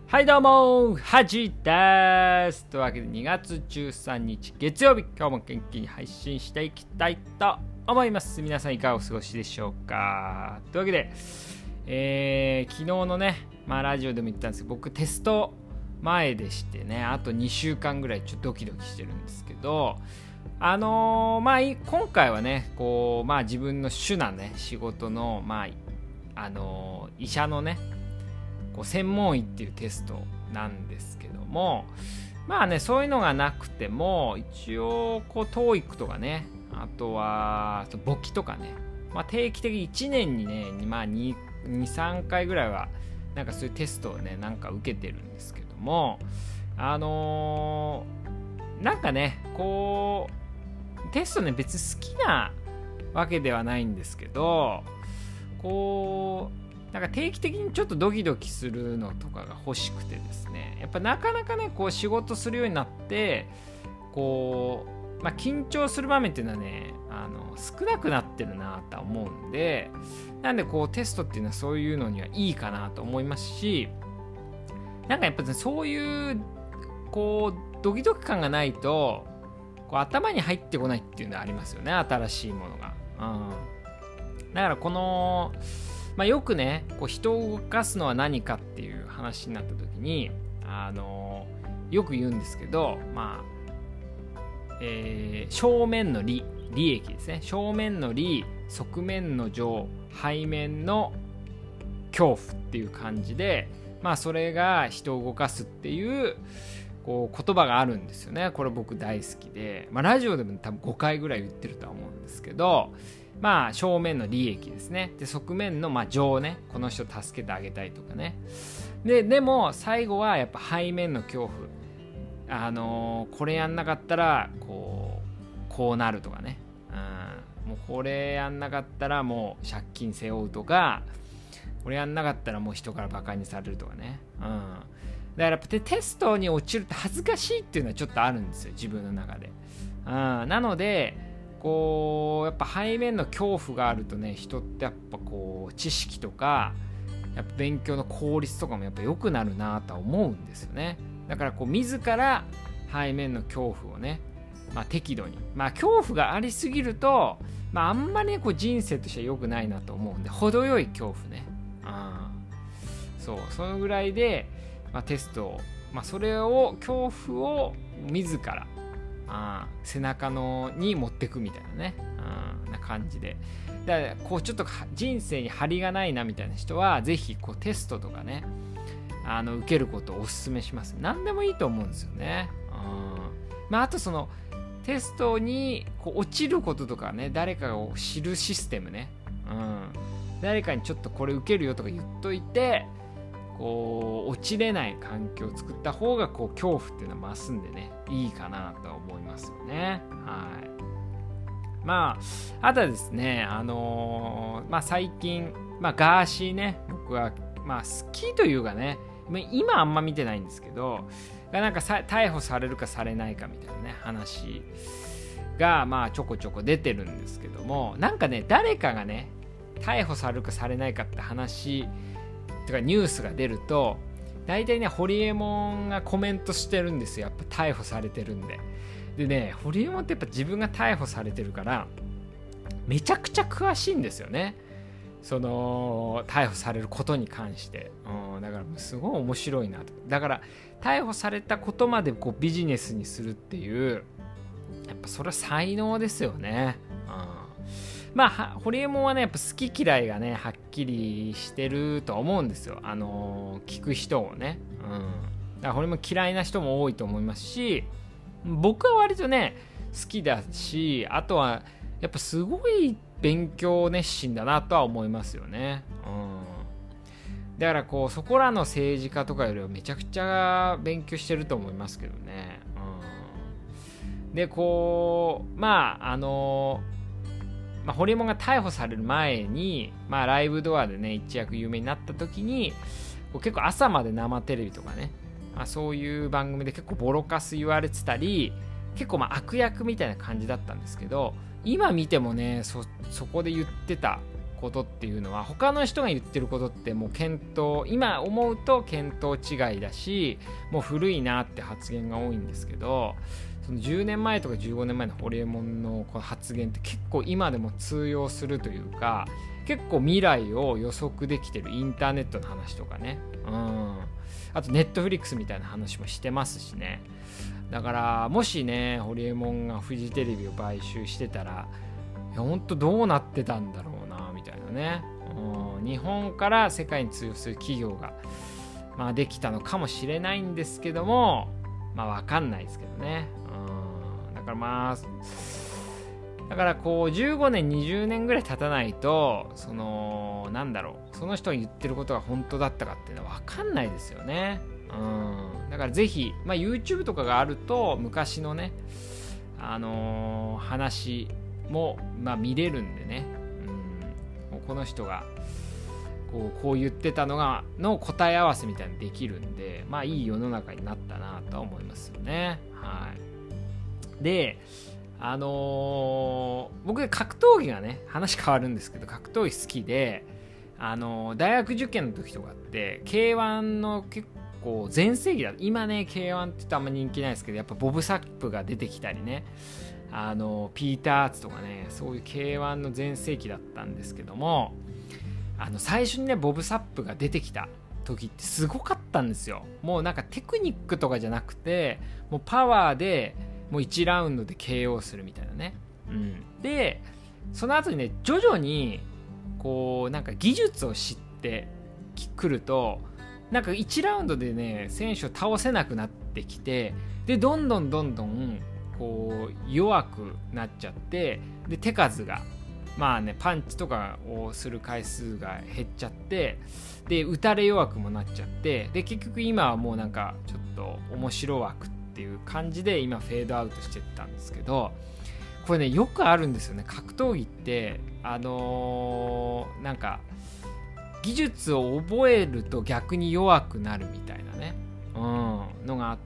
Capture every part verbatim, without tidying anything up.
はいどうもはじです。というわけでにがつじゅうさんにち月曜日、今日も元気に配信していきたいと思います。皆さんいかがお過ごしでしょうか。というわけで、えー、昨日のね、まあ、ラジオでも言ったんですけど、僕テスト前でしてね、あとにしゅうかんぐらいちょっとドキドキしてるんですけど、あのー、まあ今回はね、こうまあ自分の主なね仕事のまああのー、医者のねこう専門医っていうテストなんですけども、まあねそういうのがなくても一応こう トーイック とかね、あとは簿記とかね、まあ、定期的にいちねんにね、まあ、に、さんかいぐらいはなんかそういうテストをねなんか受けてるんですけども、あのー、なんかねこうテストね別に好きなわけではないんですけど、こうなんか定期的にちょっとドキドキするのとかが欲しくてですね、やっぱなかなかねこう仕事するようになってこう、まあ、緊張する場面っていうのはねあの少なくなってるなと思うんで、なんでこうテストっていうのはそういうのにはいいかなと思いますし、なんかやっぱりそういうこうドキドキ感がないとこう頭に入ってこないっていうのはありますよね、新しいものが。うん、だからこのまあ、よくねこう人を動かすのは何かっていう話になった時に、あのー、よく言うんですけど、まあえー、正面の利利益ですね。正面の利、側面の情、背面の恐怖っていう感じで、まあそれが人を動かすっていうこう言葉があるんですよね。これ僕大好きで、まあ、ラジオでも多分ごかいぐらい言ってるとは思うんですけど、まあ正面の利益ですね。で側面のまあ情ね、この人助けてあげたいとかね。ででも最後はやっぱ背面の恐怖、あのー、これやんなかったらこうこうなるとかね、うん、もうこれやんなかったらもう借金背負うとか、これやんなかったらもう人からバカにされるとかね。うん、だからやっぱテストに落ちるって恥ずかしいっていうのはちょっとあるんですよ、自分の中で。うん、なのでこうやっぱ背面の恐怖があるとね、人ってやっぱこう知識とかやっぱ勉強の効率とかもやっぱ良くなるなとは思うんですよね。だからこう自ら背面の恐怖をね、まあ、適度に、まあ恐怖がありすぎると、まあ、あんまり、ね、こう人生としては良くないなと思うんで、程よい恐怖ね、あそうそのぐらいで、まあ、テストを、まあ、それを恐怖を自らあ背中のに持ってくみたいなね、あな感じで、だからこうちょっと人生に張りがないなみたいな人はぜひこうテストとかねあの受けることをお勧めします。何でもいいと思うんですよね。うん、まあ、あとそのテストにこう落ちることとかね、誰かを知るシステムね、うん、誰かにちょっとこれ受けるよとか言っといてこう落ちれない環境を作った方がこう恐怖っていうのは増すんでね、いいかなと思いますよね。はい。まああとはですね、あのー、まあ最近、まあ、ガーシーね、僕はまあ好きというかね、今あんま見てないんですけど、なんかさ逮捕されるかされないかみたいなね話がまあちょこちょこ出てるんですけども、なんかね誰かがね逮捕されるかされないかって話とかニュースが出ると大体ねホリエモンがコメントしてるんですよ。やっぱ逮捕されてるんで。でね、ホリエモンってやっぱ自分が逮捕されてるからめちゃくちゃ詳しいんですよね、その逮捕されることに関して。うん、だからすごい面白いなと。だから逮捕されたことまでこうビジネスにするっていうやっぱそれは才能ですよね。うん、まあホリエモンはねやっぱ好き嫌いがねはっきりしてると思うんですよ、あのー、聞く人をね。うん、だからホリエモン嫌いな人も多いと思いますし、僕は割とね好きだし、あとはやっぱすごい勉強熱心だなとは思いますよね。うん、だからこうそこらの政治家とかよりはめちゃくちゃ勉強してると思いますけどね。うん、でこうまああのまあ、ホリエモンが逮捕される前に、まあ、ライブドアでね一躍有名になった時にこう結構朝まで生テレビとかね、まあ、そういう番組で結構ボロカス言われてたり、結構まあ悪役みたいな感じだったんですけど、今見てもね そ, そこで言ってたことっていうのは他の人が言ってることってもう見当今思うと見当違いだしもう古いなって発言が多いんですけど、そのじゅうねんまえとかじゅうごねんまえのホリエモンのこの発言って結構今でも通用するというか、結構未来を予測できてるインターネットの話とかね、うん、あとネットフリックスみたいな話もしてますしね。だからもしねホリエモンがフジテレビを買収してたらいや本当どうなってたんだろうなみたいなね、うん、日本から世界に通用する企業が、まあ、できたのかもしれないんですけども、まあ分かんないですけどね、うん、だからまあだからこうじゅうごねんにじゅうねんぐらい経たないとそのなんだろうその人が言ってることが本当だったかっていうのは分かんないですよね、うん、だからぜひ、まあ、YouTube とかがあると昔のねあのー、話も、まあ、見れるんでね、うん、この人がこう、こう言ってたのがの答え合わせみたいにできるんで、まあいい世の中になったなとは思いますよね。はい。で、あのー、僕格闘技がね話変わるんですけど格闘技好きで、あのー、大学受験の時とかって ケーワン の結構全盛期だ今ね ケーワン って言ってあんま人気ないですけどやっぱボブサップが出てきたりねあのピーター・アーツとかねそういう ケーワン の全盛期だったんですけども、あの最初にねボブサップが出てきた時ってすごかったんですよ。もうなんかテクニックとかじゃなくてもうパワーでもういちラウンドで ケーオー するみたいなね、うん、でその後にね徐々にこうなんか技術を知ってくるとなんかいちラウンドでね選手を倒せなくなってきて、でどんどんどんどんこう弱くなっちゃって、で手数がまあねパンチとかをする回数が減っちゃって、で打たれ弱くもなっちゃって、で結局今はもうなんかちょっと面白枠っていう感じで今フェードアウトしてったんですけど、これねよくあるんですよね。格闘技ってあのー、なんか技術を覚えると逆に弱くなるみたいなね、うん、のがあって、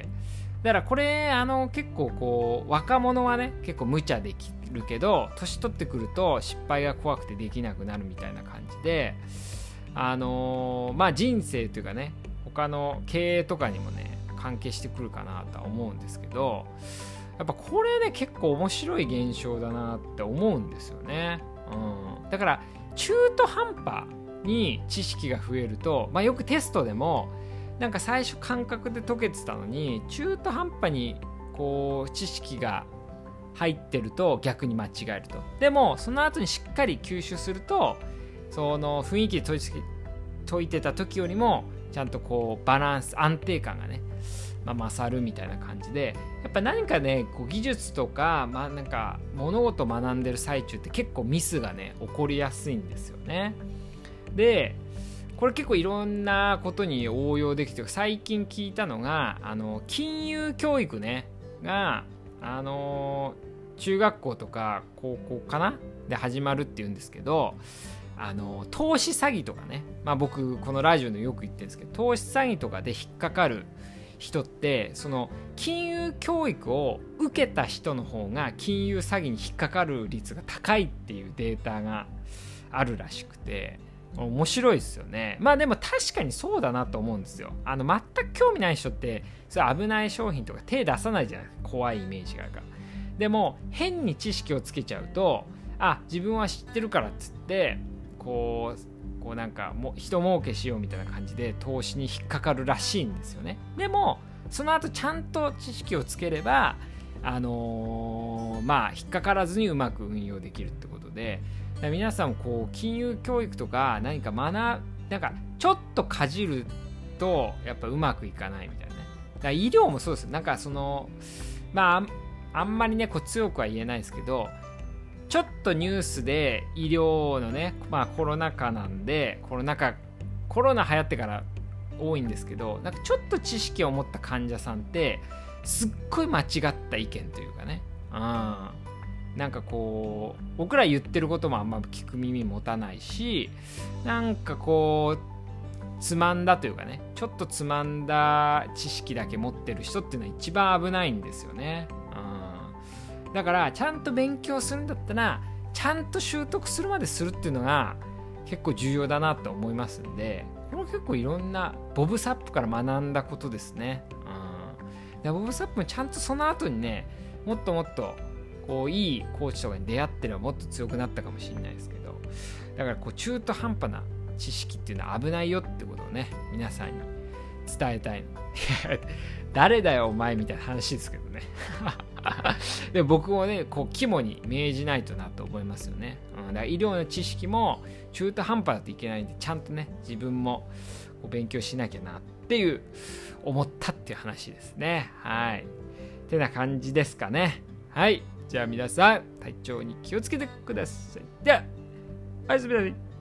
だからこれあの結構こう若者はね結構無茶できるけど年取ってくると失敗が怖くてできなくなるみたいな感じで、あのー、まあ人生というかね他の経営とかにもね関係してくるかなとは思うんですけど、やっぱこれね結構面白い現象だなって思うんですよね、うん、だから中途半端に知識が増えると、まあ、よくテストでもなんか最初感覚で解けてたのに中途半端にこう知識が入ってると逆に間違えると。でもその後にしっかり吸収するとその雰囲気で解いて、解いてた時よりもちゃんとこうバランス安定感がね、まあ、勝るみたいな感じで、やっぱ何かねこう技術とか、まあ、なんか物事を学んでる最中って結構ミスがね起こりやすいんですよね。でこれ結構いろんなことに応用できて、最近聞いたのがあの金融教育ねがあの中学校とか高校かなで始まるっていうんですけど、あの投資詐欺とかね、まあ僕このラジオでよく言ってるんですけど、投資詐欺とかで引っかかる人ってその金融教育を受けた人の方が金融詐欺に引っかかる率が高いっていうデータがあるらしくて面白いですよね。まあでも確かにそうだなと思うんですよ。あの全く興味ない人ってそれ危ない商品とか手出さないじゃないですか、怖いイメージがあるから。でも変に知識をつけちゃうと、あ自分は知ってるからっつってこうこうなんかも人儲けしようみたいな感じで投資に引っかかるらしいんですよね。でもその後ちゃんと知識をつければあのー、まあ引っかからずにうまく運用できるってことで、皆さんもこう金融教育とか何か学なんかちょっとかじるとやっぱうまくいかないみたいなね。だから医療もそうですよ。なんかそのまああんまりねこう強くは言えないですけど、ちょっとニュースで医療のね、まあコロナ禍なんでコロナ禍コロナ流行ってから多いんですけど、なんかちょっと知識を持った患者さんってすっごい間違った意見というかね、うん、なんかこう僕ら言ってることもあんま聞く耳持たないし、なんかこうつまんだというかね、ちょっとつまんだ知識だけ持ってる人っていうのは一番危ないんですよね、うん、だからちゃんと勉強するんだったらちゃんと習得するまでするっていうのが結構重要だなと思いますんで、これも結構いろんなボブサップから学んだことですね。うん、でボブサップもちゃんとその後にね、もっともっとこういいコーチとかに出会ってればもっと強くなったかもしれないですけど、だからこう中途半端な知識っていうのは危ないよってことをね、皆さんに伝えたいの。誰だよお前みたいな話ですけどね。で僕もね、こう肝に銘じないとなと思いますよね。うん、だから医療の知識も中途半端だといけないんで、ちゃんとね自分もこう勉強しなきゃなっていう思ったっていう話ですね。はい。てな感じですかね。はい。じゃあ皆さん体調に気をつけてください。では、おやすみなさい。